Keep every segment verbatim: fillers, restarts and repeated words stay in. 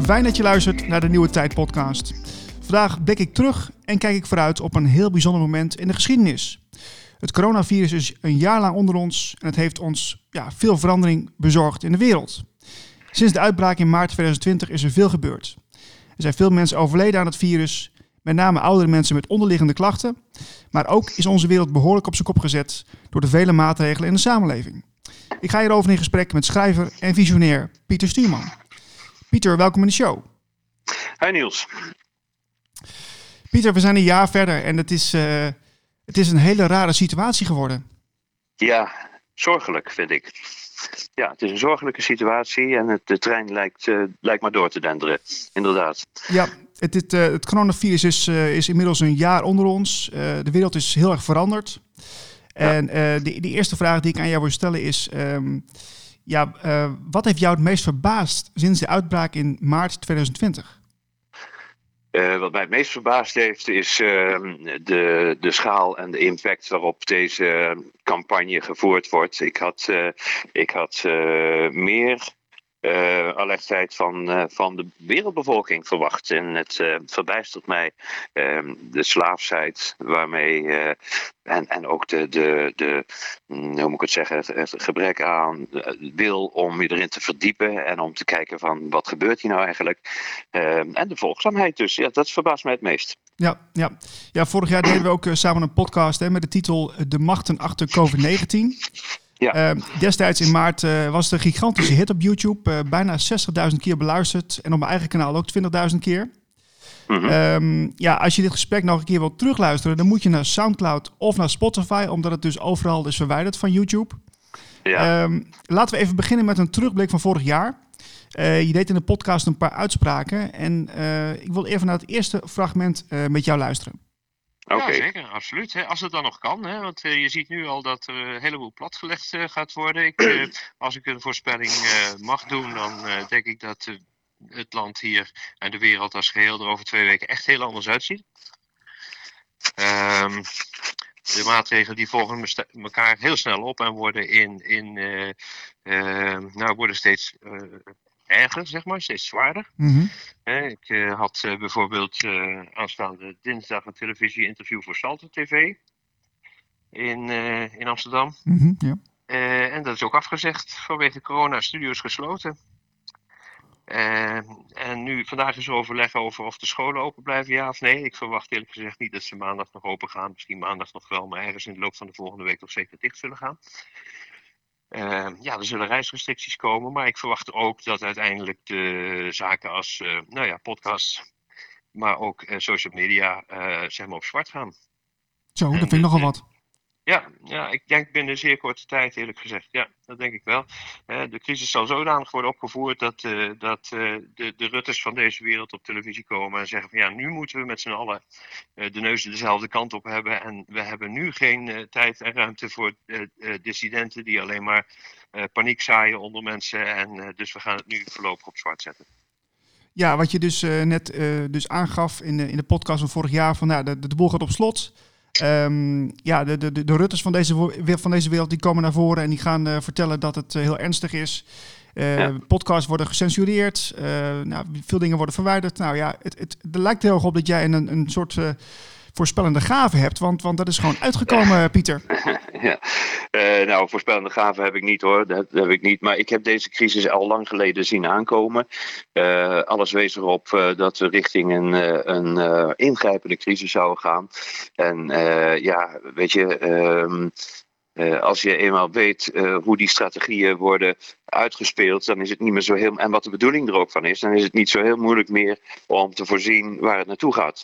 Fijn dat je luistert naar de Nieuwe Tijd podcast. Vandaag blik ik terug en kijk ik vooruit op een heel bijzonder moment in de geschiedenis. Het coronavirus is een jaar lang onder ons en het heeft ons ja, veel verandering bezorgd in de wereld. Sinds de uitbraak in maart tweeduizend twintig is er veel gebeurd. Er zijn veel mensen overleden aan het virus, met name oudere mensen met onderliggende klachten. Maar ook is onze wereld behoorlijk op zijn kop gezet door de vele maatregelen in de samenleving. Ik ga hierover in gesprek met schrijver en visionair Pieter Stuurman. Pieter, welkom in de show. Hi Niels. Pieter, we zijn een jaar verder en het is, uh, het is een hele rare situatie geworden. Ja, zorgelijk vind ik. Ja, het is een zorgelijke situatie en het, de trein lijkt, uh, lijkt maar door te denderen, inderdaad. Ja, het, het, uh, het coronavirus is, uh, is inmiddels een jaar onder ons. Uh, de wereld is heel erg veranderd. Ja. En uh, de, de eerste vraag die ik aan jou wil stellen is... Um, ja, uh, wat heeft jou het meest verbaasd sinds de uitbraak in maart tweeduizend twintig? Uh, wat mij het meest verbaasd heeft is uh, de, de schaal en de impact waarop deze campagne gevoerd wordt. Ik had, uh, ik had uh, meer uh, alertheid van, uh, van de wereldbevolking verwacht. En het uh, verbijstert mij uh, de slaafsheid waarmee uh, en, en ook de, de, de, hoe moet ik het zeggen, het gebrek aan wil om je erin te verdiepen en om te kijken van wat gebeurt hier nou eigenlijk. Uh, en de volgzaamheid dus, ja, dat verbaast mij het meest. Ja, ja. ja, vorig jaar deden we ook uh, samen een podcast hè, met de titel De machten achter covid negentien. Ja. Uh, destijds in maart uh, was het een gigantische hit op YouTube. Uh, bijna zestigduizend keer beluisterd. En op mijn eigen kanaal ook twintigduizend keer. Mm-hmm. Um, ja, als je dit gesprek nog een keer wilt terugluisteren... dan moet je naar Soundcloud of naar Spotify... omdat het dus overal is verwijderd van YouTube. Ja. Um, laten we even beginnen met een terugblik van vorig jaar. Uh, je deed in de podcast een paar uitspraken. En uh, ik wil even naar het eerste fragment uh, met jou luisteren. Okay. Ja, zeker, absoluut. Hè. Als het dan nog kan, hè. Want uh, je ziet nu al dat er een heleboel platgelegd uh, gaat worden. Ik, uh, als ik een voorspelling uh, mag doen, dan uh, denk ik dat uh, het land hier en de wereld als geheel er over twee weken echt heel anders uitziet. Um, de maatregelen die volgen elkaar heel snel op en worden, in, in, uh, uh, nou, worden steeds... Uh, erger, zeg maar, steeds zwaarder. Mm-hmm. Eh, ik uh, had uh, bijvoorbeeld uh, aanstaande dinsdag een televisie-interview voor Salto T V in, uh, in Amsterdam. Mm-hmm, ja. uh, en dat is ook afgezegd vanwege corona, studio's gesloten. Uh, en nu, vandaag is er overleg over of de scholen open blijven, ja of nee. Ik verwacht eerlijk gezegd niet dat ze maandag nog open gaan. Misschien maandag nog wel, maar ergens in de loop van de volgende week toch zeker dicht zullen gaan. Uh, ja, er zullen reisrestricties komen, maar ik verwacht ook dat uiteindelijk de zaken als uh, nou ja, podcasts, maar ook uh, social media uh, zeg maar op zwart gaan. Zo, dat vind ik nogal wat. Ja, ja, ik denk binnen een zeer korte tijd, eerlijk gezegd. Ja, dat denk ik wel. Uh, de crisis zal zodanig worden opgevoerd dat, uh, dat uh, de, de Rutters van deze wereld op televisie komen en zeggen van ja, nu moeten we met z'n allen uh, de neuzen dezelfde kant op hebben. En we hebben nu geen uh, tijd en ruimte voor uh, uh, dissidenten die alleen maar uh, paniek zaaien onder mensen. En uh, dus we gaan het nu voorlopig op zwart zetten. Ja, wat je dus uh, net uh, dus aangaf in de, in de podcast van vorig jaar, van nou, de, de boel gaat op slot. Um, ja, de, de, de Rutters van deze, van deze wereld die komen naar voren en die gaan uh, vertellen dat het uh, heel ernstig is. Uh, ja. Podcasts worden gecensureerd, uh, nou, veel dingen worden verwijderd. Nou ja, het, het, het lijkt heel erg op dat jij een, een soort uh, voorspellende gave hebt, want, want dat is gewoon uitgekomen, ja. Pieter. Ja. Uh, nou, voorspellende gave heb ik niet hoor, dat heb ik niet. Maar ik heb deze crisis al lang geleden zien aankomen. Uh, alles wees erop uh, dat we richting een, uh, een uh, ingrijpende crisis zouden gaan. En uh, ja, weet je... Um, Uh, als je eenmaal weet uh, hoe die strategieën worden uitgespeeld, dan is het niet meer zo heel... En wat de bedoeling er ook van is, dan is het niet zo heel moeilijk meer om te voorzien waar het naartoe gaat.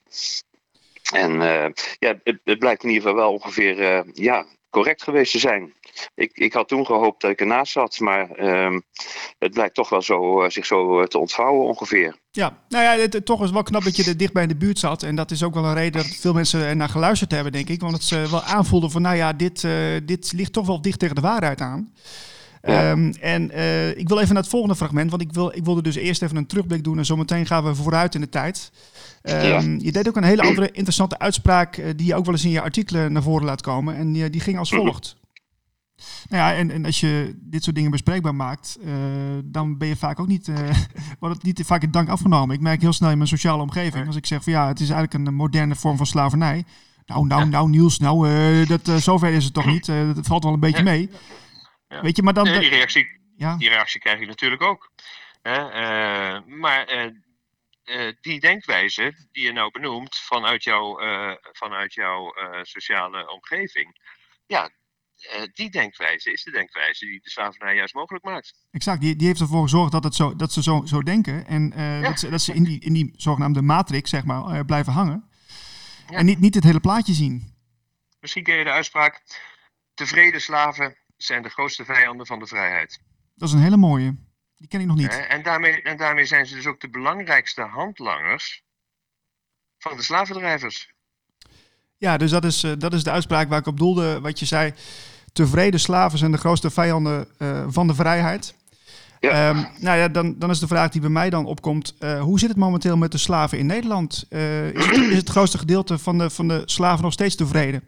En uh, ja, het, het blijkt in ieder geval wel ongeveer uh, ja, correct geweest te zijn. Ik, ik had toen gehoopt dat ik ernaast zat, maar uh, het blijkt toch wel zo, uh, zich zo uh, te ontvouwen ongeveer. Ja, nou ja, het, het, toch is wel knap dat je er dicht bij in de buurt zat. En dat is ook wel een reden dat veel mensen er naar geluisterd hebben, denk ik. Want het ze wel aanvoelden van, nou ja, dit, uh, dit ligt toch wel dicht tegen de waarheid aan. Ja. Um, en uh, ik wil even naar het volgende fragment, want ik, wil, ik wilde dus eerst even een terugblik doen en zometeen gaan we vooruit in de tijd. Um, ja. Je deed ook een hele andere interessante uitspraak uh, die je ook wel eens in je artikelen naar voren laat komen. En uh, die ging als volgt. Nou ja, en, en als je dit soort dingen bespreekbaar maakt, uh, dan ben je vaak ook niet, uh, wordt het niet vaak in dank afgenomen. Ik merk heel snel in mijn sociale omgeving, als ik zeg van ja, het is eigenlijk een moderne vorm van slavernij. Nou, nou, nou, Niels, nou, uh, dat, uh, zover is het toch niet. Uh, dat valt wel een beetje mee. Ja. Weet je, maar dan... Nee, die, reactie, ja. die reactie krijg je natuurlijk ook. Uh, uh, maar uh, uh, die denkwijze die je nou benoemt vanuit, jou, uh, vanuit jouw uh, sociale omgeving, ja, uh, die denkwijze is de denkwijze die de slavernij juist mogelijk maakt. Exact, die, die heeft ervoor gezorgd dat, het zo, dat ze zo, zo denken en uh, ja. dat, ze, dat ze in die, in die zogenaamde matrix, zeg maar, uh, blijven hangen. Ja. En niet, niet het hele plaatje zien. Misschien ken je de uitspraak, tevreden slaven zijn de grootste vijanden van de vrijheid. Dat is een hele mooie. Die ken ik nog niet. Ja, en, daarmee, en daarmee zijn ze dus ook de belangrijkste handlangers van de slavendrijvers. Ja, dus dat is, uh, dat is de uitspraak waar ik op doelde. Wat je zei, tevreden slaven zijn de grootste vijanden uh, van de vrijheid. Ja. Um, nou ja, dan, dan is de vraag die bij mij dan opkomt. Uh, hoe zit het momenteel met de slaven in Nederland? Uh, is, het, is het grootste gedeelte van de, van de slaven nog steeds tevreden?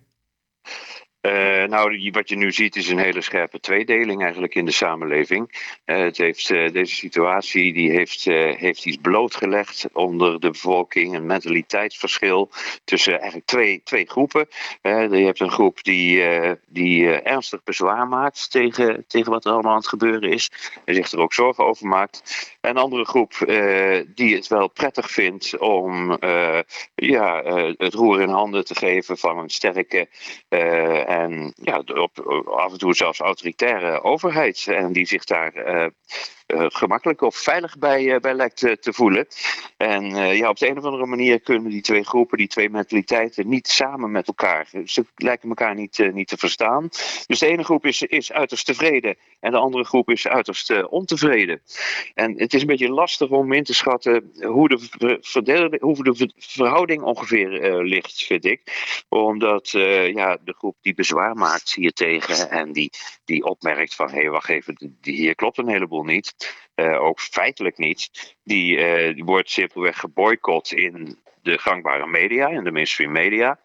Uh, nou, wat je nu ziet is een hele scherpe tweedeling eigenlijk in de samenleving. Uh, het heeft, uh, deze situatie die heeft, uh, heeft iets blootgelegd onder de bevolking, een mentaliteitsverschil tussen eigenlijk twee, twee groepen. Uh, je hebt een groep die, uh, die uh, ernstig bezwaar maakt tegen, tegen wat er allemaal aan het gebeuren is en zich er ook zorgen over maakt. Een andere groep uh, die het wel prettig vindt om uh, ja, uh, het roer in handen te geven van een sterke uh, en ja, op, af en toe zelfs autoritaire overheid. En die zich daar uh, uh, gemakkelijk of veilig bij, uh, bij lijkt uh, te voelen. En uh, ja, op de een of andere manier kunnen die twee groepen, die twee mentaliteiten, niet samen met elkaar. Ze lijken elkaar niet, uh, niet te verstaan. Dus de ene groep is, is uiterst tevreden en de andere groep is uiterst uh, ontevreden. En het is een beetje lastig om in te schatten hoe de, verdeel, hoe de verhouding ongeveer uh, ligt, vind ik. Omdat uh, ja, de groep die bezwaar maakt hiertegen en die, die opmerkt van hé, hey, wacht even, die, hier klopt een heleboel niet. Uh, ook feitelijk niet. Die, uh, die wordt simpelweg geboycott in de gangbare media, in de mainstream media.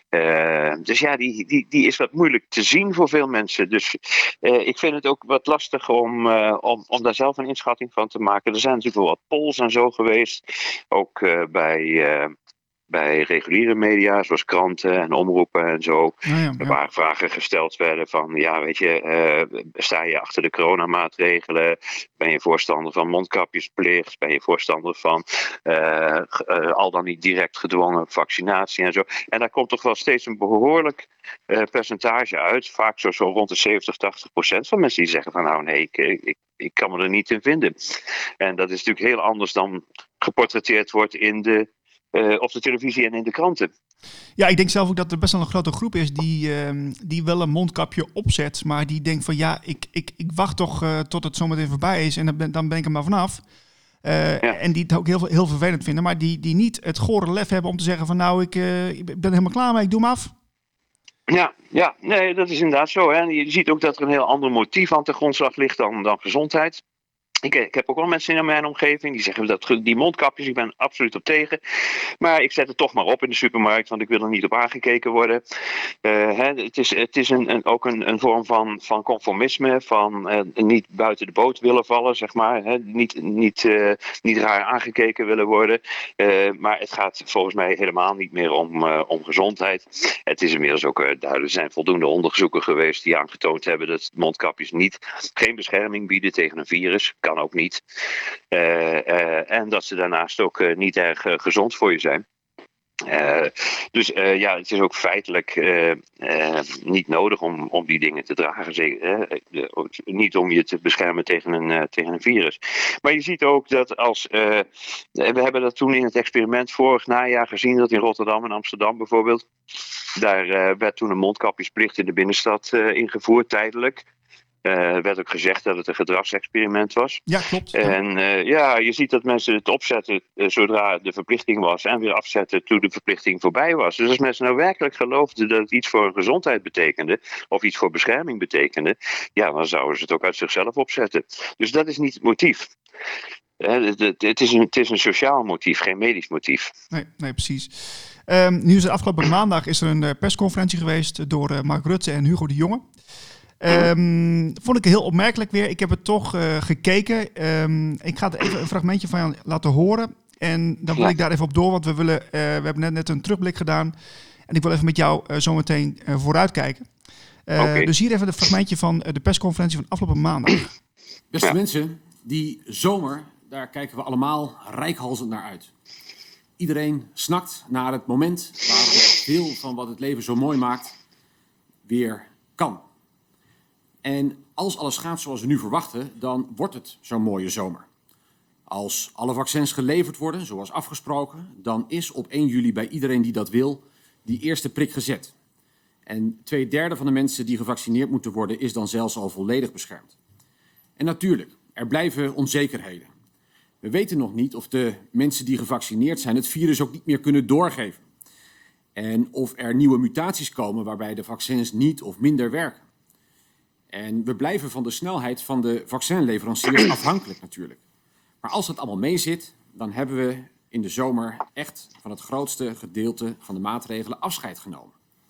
Uh, dus ja, die, die, die is wat moeilijk te zien voor veel mensen. Dus uh, ik vind het ook wat lastig om, uh, om, om daar zelf een inschatting van te maken. Er zijn natuurlijk wel wat polls en zo geweest. Ook uh, bij... Uh, bij reguliere media, zoals kranten en omroepen en zo, ja, ja, ja. waar vragen gesteld werden van, ja, weet je, uh, sta je achter de coronamaatregelen? Ben je voorstander van mondkapjesplicht? Ben je voorstander van uh, uh, al dan niet direct gedwongen vaccinatie en zo? En daar komt toch wel steeds een behoorlijk uh, percentage uit, vaak zo, zo rond de zeventig, tachtig procent van mensen die zeggen van, nou nee, ik, ik, ik kan me er niet in vinden. En dat is natuurlijk heel anders dan geportretteerd wordt in de Uh, op de televisie en in de kranten. Ja, ik denk zelf ook dat er best wel een grote groep is die, uh, die wel een mondkapje opzet, maar die denkt van ja, ik, ik, ik wacht toch uh, tot het zometeen voorbij is en dan ben, dan ben ik er maar vanaf. Uh, ja. En die het ook heel, heel vervelend vinden, maar die, die niet het gore lef hebben om te zeggen van nou, ik, uh, ik ben helemaal klaar mee, ik doe hem af. Ja, ja, nee, dat is inderdaad zo. Hè. Je ziet ook dat er een heel ander motief aan de grondslag ligt dan, dan gezondheid. Ik, ik heb ook wel mensen in mijn omgeving die zeggen dat die mondkapjes, ik ben absoluut op tegen. Maar ik zet het toch maar op in de supermarkt, want ik wil er niet op aangekeken worden. Uh, hè, het is, het is een, een, ook een, een vorm van, van conformisme, van uh, niet buiten de boot willen vallen, zeg maar. Hè, niet, niet, uh, niet raar aangekeken willen worden. Uh, maar het gaat volgens mij helemaal niet meer om, uh, om gezondheid. Het is inmiddels ook uh, duidelijk, er zijn voldoende onderzoeken geweest die aangetoond hebben dat mondkapjes niet, geen bescherming bieden tegen een virus. Kan ook niet. Uh, uh, en dat ze daarnaast ook uh, niet erg uh, gezond voor je zijn. Uh, dus uh, ja, het is ook feitelijk uh, uh, niet nodig om, om die dingen te dragen. Zeker, uh, uh, niet om je te beschermen tegen een, uh, tegen een virus. Maar je ziet ook dat als... Uh, we hebben dat toen in het experiment vorig najaar gezien, dat in Rotterdam en Amsterdam bijvoorbeeld, daar uh, werd toen een mondkapjesplicht in de binnenstad uh, ingevoerd, tijdelijk. Er uh, werd ook gezegd dat het een gedragsexperiment was. Ja, klopt. Ja. En uh, ja, je ziet dat mensen het opzetten uh, zodra de verplichting was en weer afzetten toen de verplichting voorbij was. Dus als mensen nou werkelijk geloofden dat het iets voor gezondheid betekende of iets voor bescherming betekende, ja, dan zouden ze het ook uit zichzelf opzetten. Dus dat is niet het motief. Uh, het, het, het, is een, het is een sociaal motief, geen medisch motief. Nee, nee precies. Um, nu is er afgelopen maandag is er een uh, persconferentie geweest door uh, Mark Rutte en Hugo de Jonge. Um, vond ik heel opmerkelijk weer. Ik heb het toch uh, gekeken. Um, ik ga even een fragmentje van jou laten horen. En dan wil ja. ik daar even op door, want we, willen, uh, we hebben net, net een terugblik gedaan. En ik wil even met jou uh, zometeen uh, vooruitkijken. Uh, okay. Dus hier even een fragmentje van uh, de persconferentie van afgelopen maandag. Beste ja. mensen, die zomer, daar kijken we allemaal reikhalzend naar uit. Iedereen snakt naar het moment waarop veel van wat het leven zo mooi maakt weer kan. En als alles gaat zoals we nu verwachten, dan wordt het zo'n mooie zomer. Als alle vaccins geleverd worden, zoals afgesproken, dan is op één juli bij iedereen die dat wil die eerste prik gezet. En twee derde van de mensen die gevaccineerd moeten worden is dan zelfs al volledig beschermd. En natuurlijk, er blijven onzekerheden. We weten nog niet of de mensen die gevaccineerd zijn het virus ook niet meer kunnen doorgeven. En of er nieuwe mutaties komen waarbij de vaccins niet of minder werken. En we blijven van de snelheid van de vaccinleveranciers afhankelijk natuurlijk. Maar als dat allemaal meezit, dan hebben we in de zomer echt van het grootste gedeelte van de maatregelen afscheid genomen.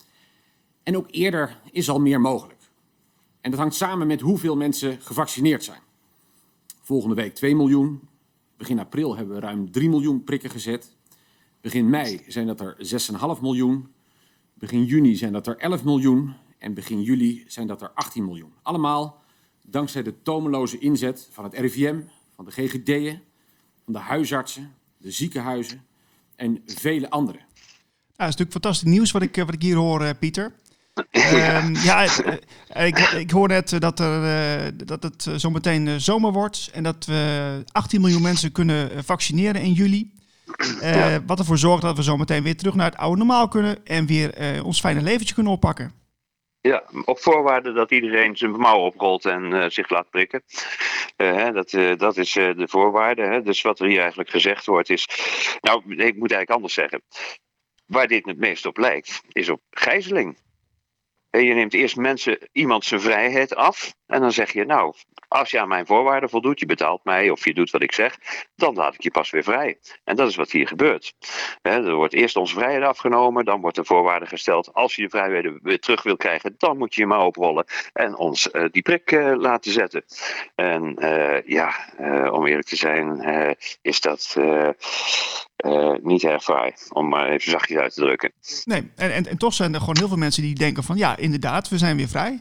En ook eerder is al meer mogelijk. En dat hangt samen met hoeveel mensen gevaccineerd zijn. Volgende week twee miljoen. Begin april hebben we ruim drie miljoen prikken gezet. Begin mei zijn dat er zes komma vijf miljoen. Begin juni zijn dat er elf miljoen. En begin juli zijn dat er achttien miljoen. Allemaal dankzij de tomeloze inzet van het R I V M, van de G G D'en, van de huisartsen, de ziekenhuizen en vele anderen. Ja, dat is natuurlijk fantastisch nieuws wat ik, wat ik hier hoor, uh, Pieter. Ja, um, ja uh, ik, ik hoor net dat, er, uh, dat het uh, zometeen uh, zomer wordt en dat we achttien miljoen mensen kunnen uh, vaccineren in juli. Uh, ja. Wat ervoor zorgt dat we zometeen weer terug naar het oude normaal kunnen en weer uh, ons fijne leventje kunnen oppakken. Ja, op voorwaarde dat iedereen zijn mouw oprolt en uh, zich laat prikken. Uh, hè, dat, uh, dat is uh, de voorwaarde. Hè. Dus wat er hier eigenlijk gezegd wordt is... Nou, ik moet eigenlijk anders zeggen. Waar dit het meest op lijkt, is op gijzeling. Je neemt eerst mensen, iemand zijn vrijheid af. En dan zeg je, nou, als je aan mijn voorwaarden voldoet, je betaalt mij of je doet wat ik zeg, dan laat ik je pas weer vrij. En dat is wat hier gebeurt. He, er wordt eerst onze vrijheid afgenomen, dan wordt er voorwaarde gesteld. Als je je vrijheden weer terug wil krijgen, dan moet je je maar oprollen en ons uh, die prik uh, laten zetten. En uh, ja, uh, om eerlijk te zijn, uh, is dat... Uh, Uh, niet erg fraai, om maar even zachtjes uit te drukken. Nee, en, en, en toch zijn er gewoon heel veel mensen die denken van... ja, inderdaad, we zijn weer vrij.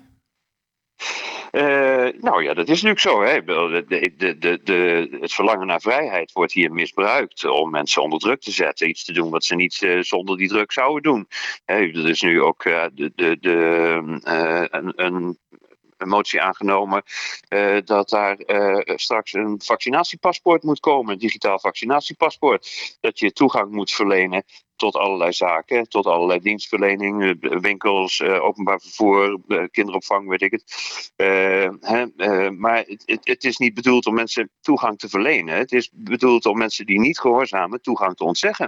Uh, nou ja, dat is natuurlijk zo. Hè. De, de, de, de, het verlangen naar vrijheid wordt hier misbruikt om mensen onder druk te zetten. Iets te doen wat ze niet uh, zonder die druk zouden doen. Hè, er is nu ook uh, de, de, de, uh, een... een een motie aangenomen uh, dat daar uh, straks een vaccinatiepaspoort moet komen, een digitaal vaccinatiepaspoort. Dat je toegang moet verlenen tot allerlei zaken, tot allerlei dienstverlening, winkels, uh, openbaar vervoer, uh, kinderopvang, weet ik het. Uh, hè, uh, maar het, het, het is niet bedoeld om mensen toegang te verlenen. Het is bedoeld om mensen die niet gehoorzamen toegang te ontzeggen.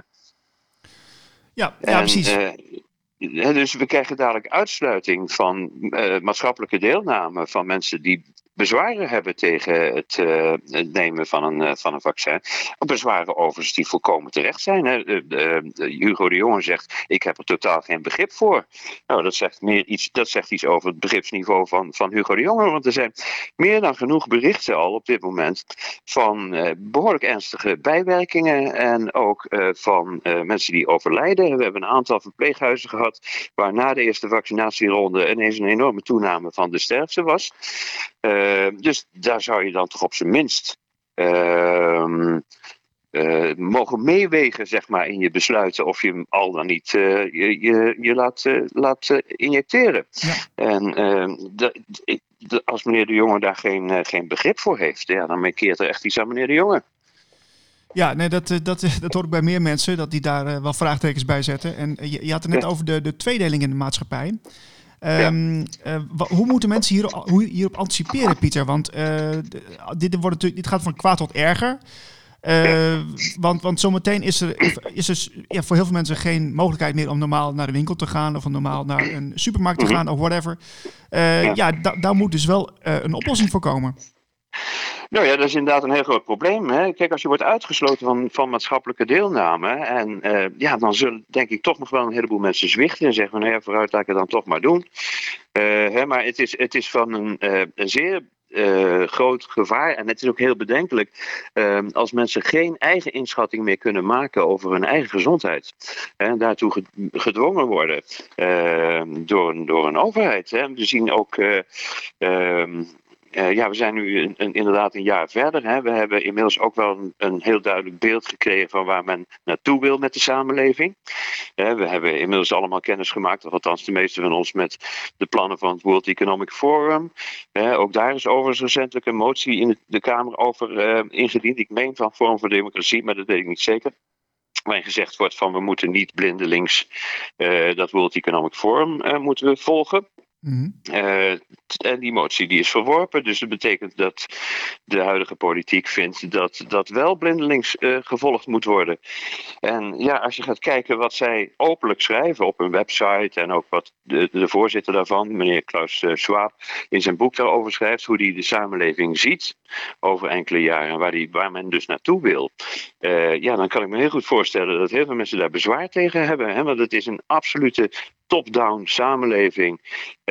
Ja, ja en, precies. Uh, Dus we krijgen dadelijk uitsluiting van uh, maatschappelijke deelname van mensen die bezwaren hebben tegen het, uh, het nemen van een, uh, van een vaccin. Bezwaren overigens die volkomen terecht zijn. Hè. De, de, de Hugo de Jonge zegt, ik heb er totaal geen begrip voor. Nou, dat zegt, meer iets, dat zegt iets over het begripsniveau van, van Hugo de Jonge. Want er zijn meer dan genoeg berichten al op dit moment van uh, behoorlijk ernstige bijwerkingen. En ook uh, van uh, mensen die overlijden. We hebben een aantal verpleeghuizen gehad waar na de eerste vaccinatieronde ineens een enorme toename van de sterfte was. Uh, dus daar zou je dan toch op zijn minst uh, uh, mogen meewegen, zeg maar, in je besluiten of je hem al dan niet uh, je, je, je laat, uh, laat uh, injecteren. Ja. En uh, de, de, als meneer de Jonge daar geen, uh, geen begrip voor heeft, ja, dan keert er echt iets aan meneer de Jonge. Ja, nee, dat, dat, dat hoor ik bij meer mensen, dat die daar uh, wel vraagtekens bij zetten. En je, je had het net ja. over de, de tweedeling in de maatschappij. Um, ja. uh, w- hoe moeten mensen hier, hoe, hierop anticiperen, Pieter? Want uh, dit, wordt dit gaat van kwaad tot erger. Uh, ja. Want, want zometeen is er, is er ja, voor heel veel mensen geen mogelijkheid meer om normaal naar de winkel te gaan of om normaal naar een supermarkt te gaan of whatever. Uh, ja, ja da- daar moet dus wel uh, een oplossing voor komen. Nou ja, dat is inderdaad een heel groot probleem. Hè? Kijk, als je wordt uitgesloten van, van maatschappelijke deelname, en uh, ja, dan zullen denk ik toch nog wel een heleboel mensen zwichten en zeggen van, nou ja, vooruit, laat ik het dan toch maar doen. Uh, hè, maar het is, het is van een, uh, een zeer uh, groot gevaar, en het is ook heel bedenkelijk, uh, als mensen geen eigen inschatting meer kunnen maken over hun eigen gezondheid. En daartoe gedwongen worden uh, door, een, door een overheid. Hè? We zien ook Uh, uh, Uh, ja, we zijn nu een, een, inderdaad een jaar verder. Hè. We hebben inmiddels ook wel een, een heel duidelijk beeld gekregen van waar men naartoe wil met de samenleving. Uh, we hebben inmiddels allemaal kennis gemaakt, of althans de meeste van ons, met de plannen van het World Economic Forum. Uh, ook daar is overigens recentelijk een motie in de Kamer over uh, ingediend. Ik meen van Forum voor Democratie, maar dat weet ik niet zeker. Waarin gezegd wordt van we moeten niet blindelings uh, dat World Economic Forum uh, moeten we volgen. Mm-hmm. Uh, en die motie die is verworpen, dus dat betekent dat de huidige politiek vindt dat dat wel blindelings uh, gevolgd moet worden. En ja, als je gaat kijken wat zij openlijk schrijven op hun website en ook wat de, de voorzitter daarvan, meneer Klaus uh, Schwab, in zijn boek daarover schrijft, hoe hij de samenleving ziet over enkele jaren en waar, die, waar men dus naartoe wil. Uh, ja, dan kan ik me heel goed voorstellen dat heel veel mensen daar bezwaar tegen hebben, hè, want het is een absolute top-down samenleving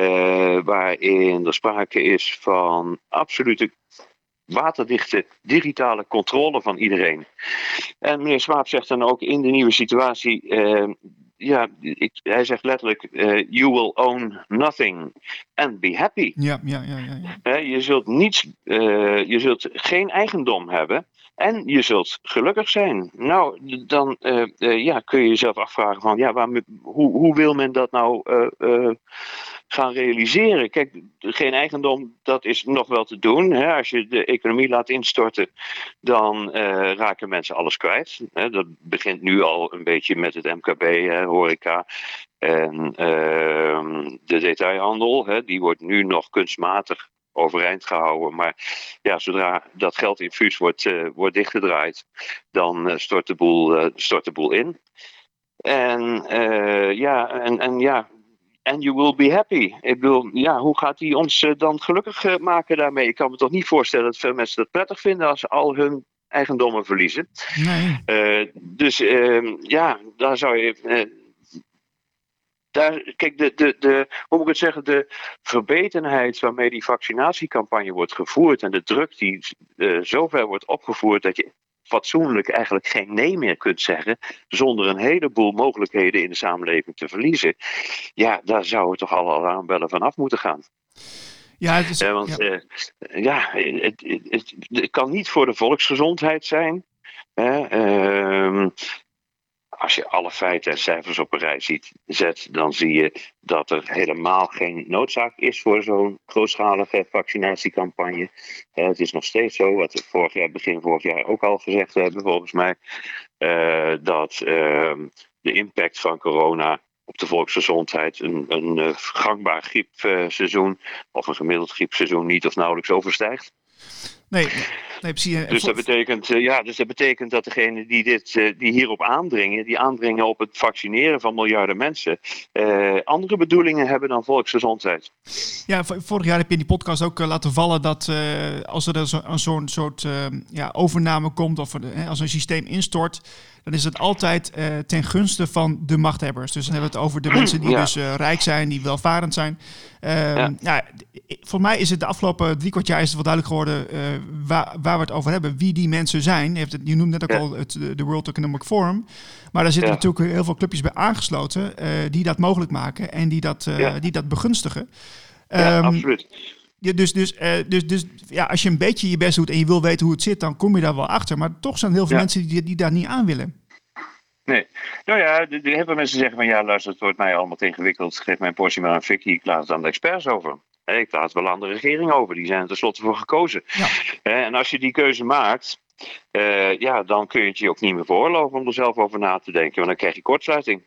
uh, waarin er sprake is van absolute waterdichte digitale controle van iedereen. En meneer Schwab zegt dan ook in de nieuwe situatie, uh, ja, ik, hij zegt letterlijk, uh, you will own nothing and be happy. Ja, ja, ja, ja, ja. Uh, je zult niets, uh, je zult geen eigendom hebben. En je zult gelukkig zijn. Nou, dan uh, uh, ja, kun je jezelf afvragen van, ja, waar, hoe, hoe wil men dat nou uh, uh, gaan realiseren? Kijk, geen eigendom, dat is nog wel te doen. Hè? Als je de economie laat instorten, dan uh, raken mensen alles kwijt. Hè? Dat begint nu al een beetje met het M K B, hè, horeca. En uh, de detailhandel, hè, die wordt nu nog kunstmatig overeind gehouden. Maar ja, zodra dat geldinfuus wordt, uh, wordt dichtgedraaid, dan uh, stort, de boel, uh, stort de boel in. En uh, ja, en, en ja, and you will be happy. Ik bedoel, ja, hoe gaat hij ons uh, dan gelukkig uh, maken daarmee? Ik kan me toch niet voorstellen dat veel mensen dat prettig vinden als ze al hun eigendommen verliezen. Nee. Uh, dus uh, ja, daar zou je Uh, Daar, kijk, de, de, de, hoe moet ik het zeggen, de verbetenheid waarmee die vaccinatiecampagne wordt gevoerd en de druk die uh, zover wordt opgevoerd dat je fatsoenlijk eigenlijk geen nee meer kunt zeggen zonder een heleboel mogelijkheden in de samenleving te verliezen. Ja, daar zouden toch alle alarmbellen vanaf moeten gaan. Ja, het is, uh, want ja. Uh, ja, het, het, het, het kan niet voor de volksgezondheid zijn. Uh, uh, Als je alle feiten en cijfers op een rij ziet, zet, dan zie je dat er helemaal geen noodzaak is voor zo'n grootschalige vaccinatiecampagne. Uh, het is nog steeds zo, wat we vorig jaar, begin vorig jaar ook al gezegd hebben, volgens mij, uh, dat uh, de impact van corona op de volksgezondheid een, een uh, gangbaar griepseizoen of een gemiddeld griepseizoen niet of nauwelijks overstijgt. Nee, nee, precies. Dus dat betekent, uh, ja, dus dat betekent dat degenen die, dit, uh, die hierop aandringen, die aandringen op het vaccineren van miljarden mensen, uh, andere bedoelingen hebben dan volksgezondheid. Ja, vorig jaar heb je in die podcast ook uh, laten vallen dat uh, als er zo, aan zo'n soort uh, ja, overname komt of uh, als een systeem instort, dan is het altijd uh, ten gunste van de machthebbers. Dus dan hebben we het over de mensen die ja. dus uh, rijk zijn, die welvarend zijn. Uh, ja. Ja, voor mij is het de afgelopen drie kwart jaar is het wel duidelijk geworden uh, waar, waar we het over hebben. Wie die mensen zijn. Je, het, je noemde net ook ja. al het de World Economic Forum. Maar daar zitten ja. natuurlijk heel veel clubjes bij aangesloten uh, die dat mogelijk maken en die dat, uh, ja. die dat begunstigen. Ja, um, absoluut. Ja, dus, dus, uh, dus, dus ja, als je een beetje je best doet en je wil weten hoe het zit, dan kom je daar wel achter. Maar toch zijn er heel veel ja. mensen die, die daar niet aan willen. Nee. Nou ja, de, de, heel veel mensen zeggen van ja, luister, het wordt mij allemaal te ingewikkeld. Geef mijn portie maar een fikkie, ik laat het aan de experts over. Ik laat het wel aan de regering over, die zijn er tenslotte voor gekozen. Ja. En als je die keuze maakt, uh, ja, dan kun je het je ook niet meer veroorloven om er zelf over na te denken. Want dan krijg je kortsluiting.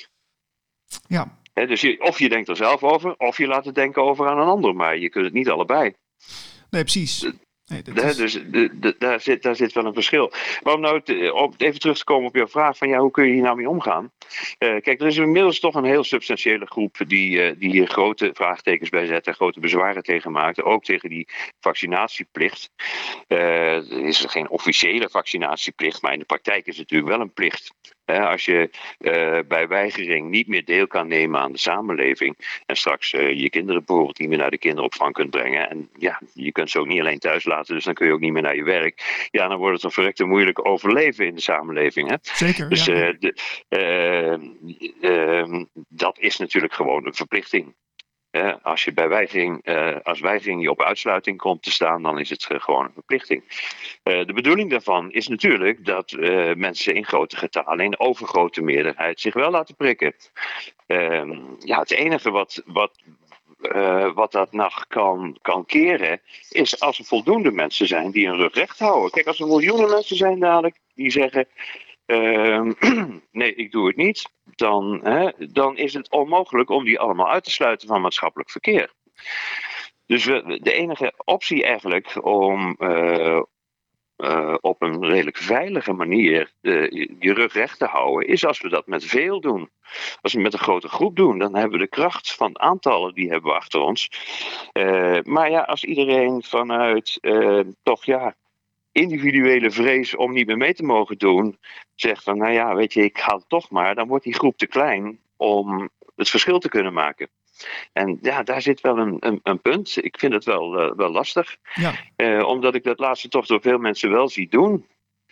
Ja. He, dus je, of je denkt er zelf over, of je laat het denken over aan een ander. Maar je kunt het niet allebei. Nee, precies. Nee, dat He, is... Dus de, de, daar, zit, daar zit wel een verschil. Maar om nou te, op, even terug te komen op jouw vraag van ja, hoe kun je hier nou mee omgaan? Uh, kijk, er is inmiddels toch een heel substantiële groep die, uh, die hier grote vraagtekens bij zet en grote bezwaren tegen maakt. Ook tegen die vaccinatieplicht. Uh, er is geen officiële vaccinatieplicht, maar in de praktijk is het natuurlijk wel een plicht. He, als je uh, bij weigering niet meer deel kan nemen aan de samenleving en straks uh, je kinderen bijvoorbeeld niet meer naar de kinderopvang kunt brengen en ja, je kunt ze ook niet alleen thuis laten, dus dan kun je ook niet meer naar je werk. Ja, dan wordt het een verrekte moeilijk overleven in de samenleving. Hè? Zeker, Dus ja. uh, de, uh, uh, dat is natuurlijk gewoon een verplichting. Uh, als je bij weigering, uh, als weigering je op uitsluiting komt te staan, dan is het uh, gewoon een verplichting. Uh, de bedoeling daarvan is natuurlijk dat uh, mensen in grote getalen, in overgrote meerderheid, zich wel laten prikken. Uh, ja, het enige wat, wat, uh, wat dat nog kan, kan keren, is als er voldoende mensen zijn die hun rug recht houden. Kijk, als er miljoenen mensen zijn dadelijk die zeggen, Uh, nee, ik doe het niet. Dan, hè, dan is het onmogelijk om die allemaal uit te sluiten van maatschappelijk verkeer. Dus we, de enige optie eigenlijk om uh, uh, op een redelijk veilige manier uh, je, je rug recht te houden, is als we dat met veel doen. Als we het met een grote groep doen, dan hebben we de kracht van aantallen, die hebben we achter ons. Uh, maar ja, als iedereen vanuit uh, toch ja. individuele vrees om niet meer mee te mogen doen, zegt van, nou ja, weet je, ik ga het toch maar, dan wordt die groep te klein om het verschil te kunnen maken. En ja, daar zit wel een, een, een punt. Ik vind het wel, uh, wel lastig. Ja. Uh, omdat ik dat laatste toch door veel mensen wel zie doen.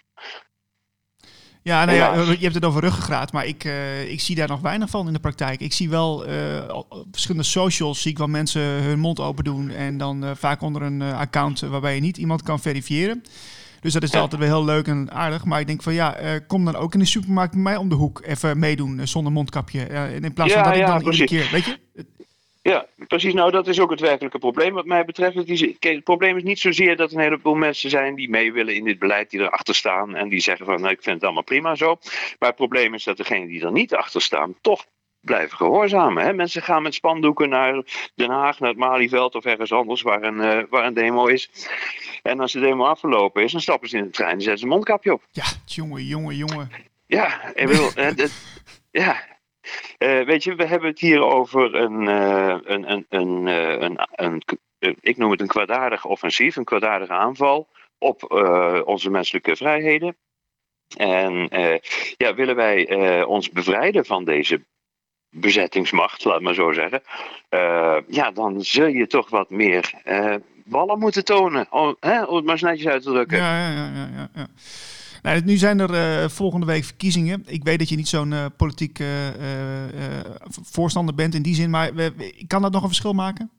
Ja, nou ja, je hebt het over ruggengraat, maar ik, uh, ik zie daar nog weinig van in de praktijk. Ik zie wel uh, op verschillende socials zie ik wel mensen hun mond open doen en dan uh, vaak onder een uh, account waarbij je niet iemand kan verifiëren. Dus dat is ja. altijd wel heel leuk en aardig. Maar ik denk van ja, uh, kom dan ook in de supermarkt bij mij om de hoek even meedoen uh, zonder mondkapje. Uh, in plaats van ja, dat ik ja, dan precies. iedere keer, weet je... Ja, precies. Nou, dat is ook het werkelijke probleem wat mij betreft. Het, is, het probleem is niet zozeer dat er een heleboel mensen zijn die mee willen in dit beleid, die erachter staan en die zeggen van, nou, ik vind het allemaal prima zo. Maar het probleem is dat degenen die er niet achter staan, toch blijven gehoorzamen. Hè? Mensen gaan met spandoeken naar Den Haag, naar het Malieveld of ergens anders waar een, uh, waar een demo is. En als de demo afgelopen is, dan stappen ze in de trein en zetten ze een mondkapje op. Ja, jongen, jongen, jongen. Ja, ik bedoel, uh, dat, ja... Uh, weet je, we hebben het hier over een, uh, een, een, een, uh, een, een, een, ik noem het een kwaadaardig offensief, een kwaadaardige aanval op uh, onze menselijke vrijheden. En uh, ja, willen wij uh, ons bevrijden van deze bezettingsmacht, laat maar zo zeggen, uh, ja, dan zul je toch wat meer uh, ballen moeten tonen, om, hè, om het maar eens netjes uit te drukken. Ja, ja, ja, ja, ja. Nou, nu zijn er uh, volgende week verkiezingen. Ik weet dat je niet zo'n uh, politiek uh, uh, voorstander bent in die zin, maar uh, kan dat nog een verschil maken?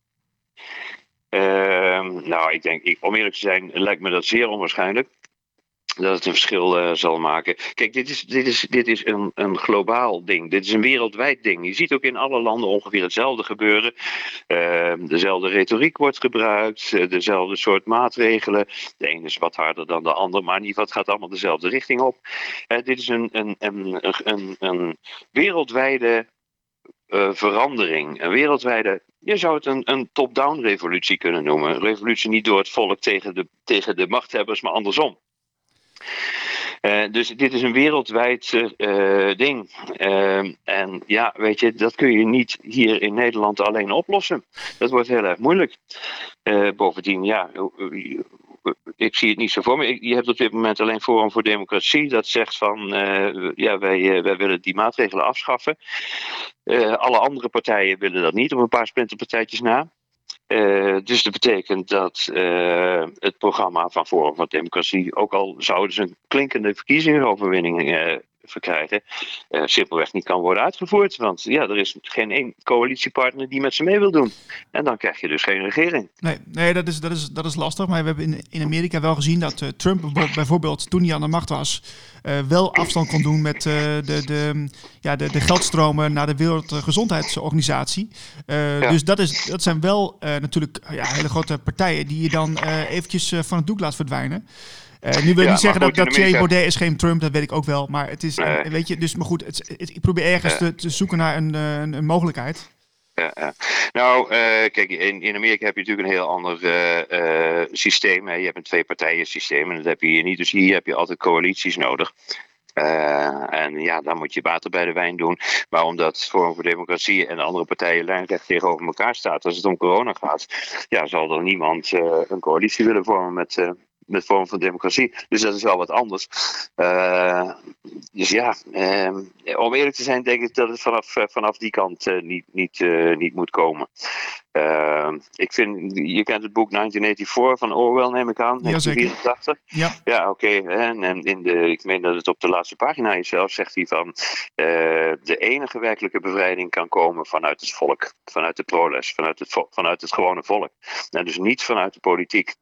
Uh, nou, ik denk, ik, om eerlijk te zijn, lijkt me dat zeer onwaarschijnlijk dat het een verschil uh, zal maken. Kijk, dit is, dit is, dit is een, een globaal ding. Dit is een wereldwijd ding. Je ziet ook in alle landen ongeveer hetzelfde gebeuren. Uh, dezelfde retoriek wordt gebruikt. Uh, dezelfde soort maatregelen. De ene is wat harder dan de ander. Maar in ieder geval, het gaat allemaal dezelfde richting op. Uh, dit is een, een, een, een, een wereldwijde uh, verandering. Een wereldwijde... Je zou het een, een top-down revolutie kunnen noemen. Een revolutie niet door het volk tegen de, tegen de machthebbers, maar andersom. Uh, dus dit is een wereldwijd uh, ding. Uh, en ja, weet je, dat kun je niet hier in Nederland alleen oplossen. Dat wordt heel erg moeilijk. Uh, bovendien, ja, ik zie het niet zo voor me. Je hebt op dit moment alleen Forum voor Democratie dat zegt van, uh, ja, wij, uh, wij willen die maatregelen afschaffen. Uh, alle andere partijen willen dat niet, op een paar splinterpartijtjes na. Uh, dus dat betekent dat uh, het programma van Forum voor Democratie, ook al zouden ze een klinkende verkiezingsoverwinning uh, verkrijgen, uh, simpelweg niet kan worden uitgevoerd. Want ja, er is geen één coalitiepartner die met ze mee wil doen. En dan krijg je dus geen regering. Nee, nee dat, is, dat, is, dat is lastig. Maar we hebben in, in Amerika wel gezien dat uh, Trump bijvoorbeeld, toen hij aan de macht was, uh, wel afstand kon doen met uh, de, de, ja, de, de geldstromen naar de Wereldgezondheidsorganisatie. Uh, ja. Dus dat, is, dat zijn wel uh, natuurlijk ja, hele grote partijen die je dan uh, eventjes uh, van het doek laat verdwijnen. Uh, nu wil ik ja, niet zeggen goed, dat, dat Thierry Baudet is geen Trump, dat weet ik ook wel. Maar het is, nee. weet je, dus maar goed, het, het, ik probeer ergens ja. te, te zoeken naar een, een, een mogelijkheid. Ja, ja. Nou, uh, kijk, in, in Amerika heb je natuurlijk een heel ander uh, uh, systeem. Hè. Je hebt een twee-partijen systeem en dat heb je hier niet. Dus hier heb je altijd coalities nodig. Uh, en ja, dan moet je water bij de wijn doen. Maar omdat Forum voor Democratie en de andere partijen lijnrecht tegenover elkaar staat als het om corona gaat, ja, zal er niemand uh, een coalitie willen vormen met, uh, met Forum voor Democratie. Dus dat is wel wat anders. Uh, dus ja, uh, om eerlijk te zijn denk ik dat het vanaf, uh, vanaf die kant uh, niet, niet, uh, niet moet komen. Uh, ik vind, je kent het boek negentien vierennegentig van Orwell, neem ik aan, negentien vierentachtig. Ja, ja oké. Okay. En, en in de, ik meen dat het op de laatste pagina is zelf, zegt hij van uh, de enige werkelijke bevrijding kan komen vanuit het volk, vanuit de proles, vanuit het, vo- vanuit het gewone volk. En dus niet vanuit de politiek.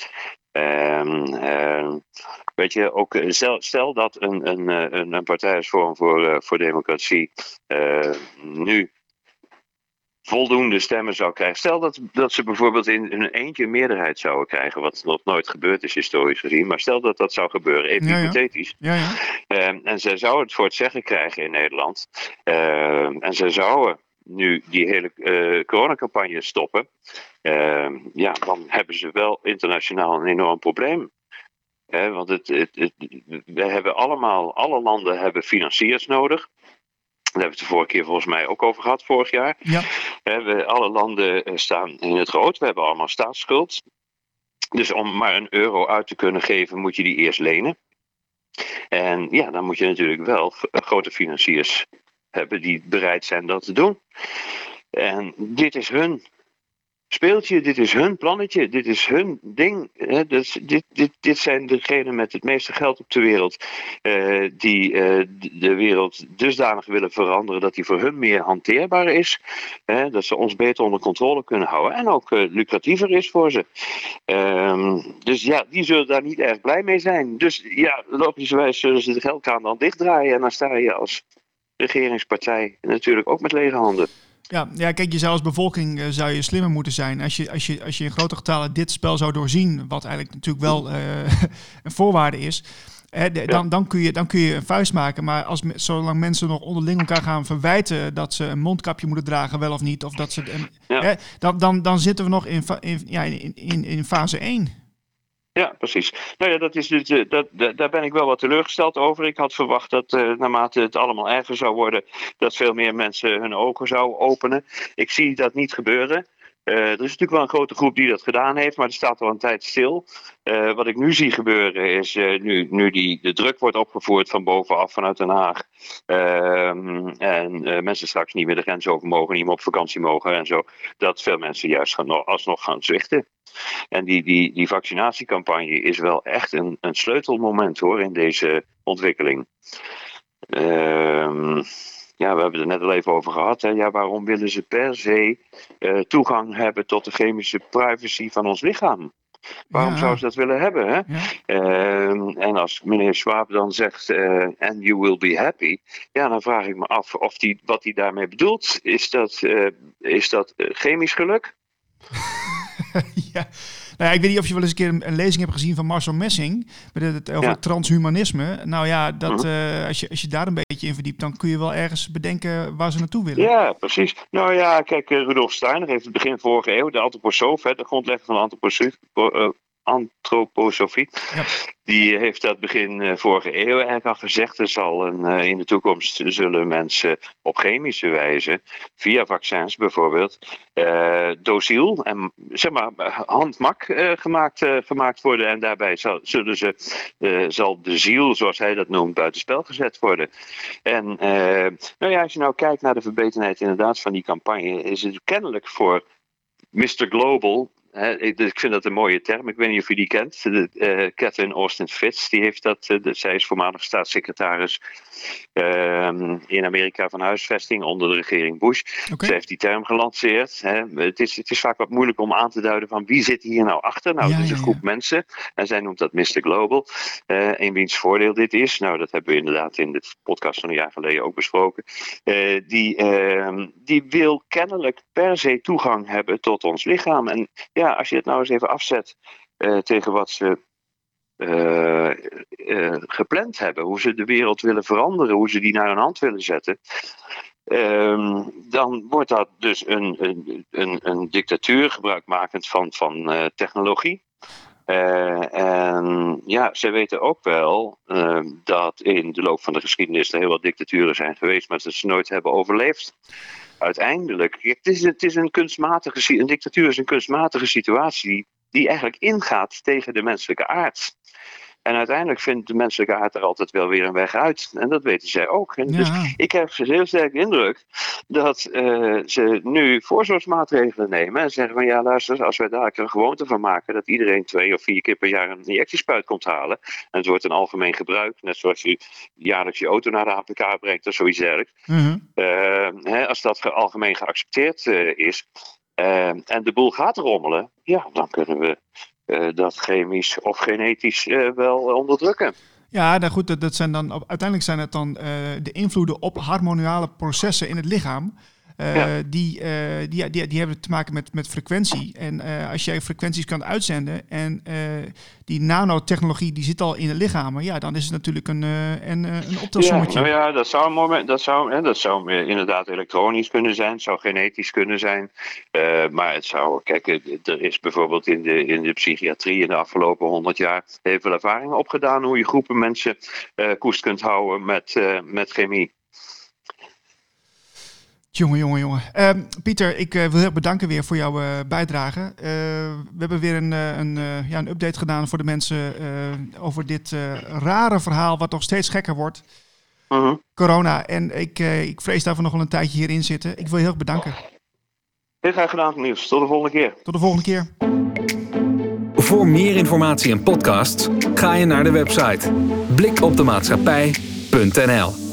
Um, uh, weet je, ook stel, stel dat een, een, een, een partij als Forum voor, uh, voor Democratie uh, nu voldoende stemmen zou krijgen. Stel dat, dat ze bijvoorbeeld in hun eentje een meerderheid zouden krijgen, wat nog nooit gebeurd is historisch gezien, maar stel dat dat zou gebeuren, even ja, ja. hypothetisch. Ja, ja. Uh, en zij zouden het voor het zeggen krijgen in Nederland. Uh, en zij zouden nu die hele uh, coronacampagne stoppen. Uh, ja, dan hebben ze wel internationaal een enorm probleem. He, want het, het, het, we hebben allemaal, alle landen hebben financiers nodig. Daar hebben we het de vorige keer volgens mij ook over gehad, vorig jaar. Ja. He, we, alle landen staan in het rood. We hebben allemaal staatsschuld. Dus om maar een euro uit te kunnen geven, moet je die eerst lenen. En ja, dan moet je natuurlijk wel grote financiers hebben die bereid zijn dat te doen. En dit is hun speeltje, dit is hun plannetje, dit is hun ding. Hè? Dus dit, dit, dit zijn degenen met het meeste geld op de wereld uh, die uh, de wereld dusdanig willen veranderen dat die voor hun meer hanteerbaar is. Hè? Dat ze ons beter onder controle kunnen houden en ook uh, lucratiever is voor ze. Um, dus ja, die zullen daar niet erg blij mee zijn. Dus ja, logischerwijs zullen ze de geldkraan dan dichtdraaien en dan sta je als regeringspartij natuurlijk ook met lege handen. Ja, ja, kijk, je zou als bevolking uh, zou je slimmer moeten zijn. Als je, als, je, als je in grote getalen dit spel zou doorzien, wat eigenlijk natuurlijk wel uh, een voorwaarde is, hè, de, ja. dan, dan, kun je, dan kun je een vuist maken. Maar als, zolang mensen nog onderling elkaar gaan verwijten dat ze een mondkapje moeten dragen, wel of niet, of dat ze, een, ja. hè, dan, dan, dan zitten we nog in, in, ja, in, in, in fase één. Ja, precies. Nou ja, dat is dus, uh, dat, dat, daar ben ik wel wat teleurgesteld over. Ik had verwacht dat uh, naarmate het allemaal erger zou worden, dat veel meer mensen hun ogen zouden openen. Ik zie dat niet gebeuren. Uh, er is natuurlijk wel een grote groep die dat gedaan heeft, maar er staat al een tijd stil. Uh, wat ik nu zie gebeuren is, uh, nu, nu die, de druk wordt opgevoerd van bovenaf vanuit Den Haag. Uh, en uh, mensen straks niet meer de grens over mogen, niet meer op vakantie mogen en zo. Dat veel mensen juist gaan, alsnog gaan zwichten. En die, die, die vaccinatiecampagne is wel echt een, een sleutelmoment hoor in deze ontwikkeling. Uh, ja, we hebben het er net al even over gehad. Hè. Ja, waarom willen ze per se uh, toegang hebben tot de chemische privacy van ons lichaam? Waarom ja. zouden ze dat willen hebben? Hè? Ja. Uh, en als meneer Schwab dan zegt, uh, and you will be happy. Ja, dan vraag ik me af of die, wat hij daarmee bedoelt. Is dat, uh, is dat uh, chemisch geluk? ja. Nou ja, ik weet niet of je wel eens een keer een, een lezing hebt gezien van Marcel Messing met het over ja. transhumanisme. Nou ja, dat, uh-huh. uh, als, je, als je daar een beetje in verdiept, dan kun je wel ergens bedenken waar ze naartoe willen. Ja, precies. Nou ja, kijk, uh, Rudolf Steiner heeft het begin vorige eeuw, de antroposoof, hè, de grondlegger van de antroposofie, uh, antroposofie. Ja. Die heeft dat begin uh, vorige eeuw eigenlijk al gezegd. Er zal een, uh, in de toekomst zullen mensen op chemische wijze, via vaccins bijvoorbeeld, uh, dociel en zeg maar handmak uh, gemaakt, uh, gemaakt worden. En daarbij zal, zullen ze, uh, zal de ziel, zoals hij dat noemt, buitenspel gezet worden. En uh, nou ja, als je nou kijkt naar de verbetenheid inderdaad van die campagne, is het kennelijk voor mister Global. He, ik, ik vind dat een mooie term. Ik weet niet of u die kent. De, uh, Catherine Austin Fitts, die heeft dat. Uh, de, zij is voormalig staatssecretaris uh, in Amerika van huisvesting onder de regering Bush. Okay. Zij heeft die term gelanceerd. He. Het, is, het is vaak wat moeilijk om aan te duiden van wie zit hier nou achter. Nou, ja, het is een groep ja, ja. mensen. En zij noemt dat mister Global. Uh, in wiens voordeel dit is. Nou, dat hebben we inderdaad in de podcast van een jaar geleden ook besproken. Uh, die, uh, die wil kennelijk per se toegang hebben tot ons lichaam. En ja, Ja, als je het nou eens even afzet uh, tegen wat ze uh, uh, gepland hebben, hoe ze de wereld willen veranderen, hoe ze die naar hun hand willen zetten, Um, dan wordt dat dus een, een, een, een dictatuur, gebruikmakend van, van uh, technologie. Uh, en ja, zij weten ook wel uh, dat in de loop van de geschiedenis er heel wat dictaturen zijn geweest, maar dat ze nooit hebben overleefd. Uiteindelijk, het is, het is een kunstmatige, een dictatuur is een kunstmatige situatie die eigenlijk ingaat tegen de menselijke aard. En uiteindelijk vindt de menselijke aard er altijd wel weer een weg uit. En dat weten zij ook. En ja. Dus ik heb heel sterk de indruk dat uh, ze nu voorzorgsmaatregelen nemen. En zeggen van ja, luister, als wij daar een gewoonte van maken dat iedereen twee of vier keer per jaar een injectiespuit komt halen. En het wordt een algemeen gebruik. Net zoals je jaarlijks je auto naar de A P K brengt of zoiets dergelijks. Mm-hmm. Uh, hè, als dat algemeen geaccepteerd uh, is. Uh, en de boel gaat rommelen. Ja, dan kunnen we Uh, dat chemisch of genetisch uh, wel onderdrukken. Ja, nou goed, dat, dat zijn dan, uiteindelijk zijn het dan uh, de invloeden op hormonale processen in het lichaam. Uh, ja. die, uh, die, die, die hebben te maken met, met frequentie. En uh, als jij frequenties kan uitzenden en uh, die nanotechnologie die zit al in de lichamen, ja, dan is het natuurlijk een, uh, een, een optelsommetje. Ja, nou ja, dat zou, een moment, dat, zou, hè, dat zou inderdaad elektronisch kunnen zijn, het zou genetisch kunnen zijn. Uh, maar het zou, kijk, er is bijvoorbeeld in de, in de psychiatrie in de afgelopen honderd jaar heel veel ervaringen opgedaan hoe je groepen mensen uh, koest kunt houden met, uh, met chemie. Jongen, jongen, jongen. Uh, Pieter, ik uh, wil heel bedanken weer voor jouw uh, bijdrage. Uh, we hebben weer een, uh, een, uh, ja, een update gedaan voor de mensen uh, over dit uh, rare verhaal wat nog steeds gekker wordt. Uh-huh. Corona. En ik, uh, ik vrees daarvoor nog wel een tijdje hierin zitten. Ik wil je heel bedanken. Heel graag gedaan, Niels. Tot de volgende keer. Tot de volgende keer. Voor meer informatie en podcasts ga je naar de website blik op de maatschappij punt n l.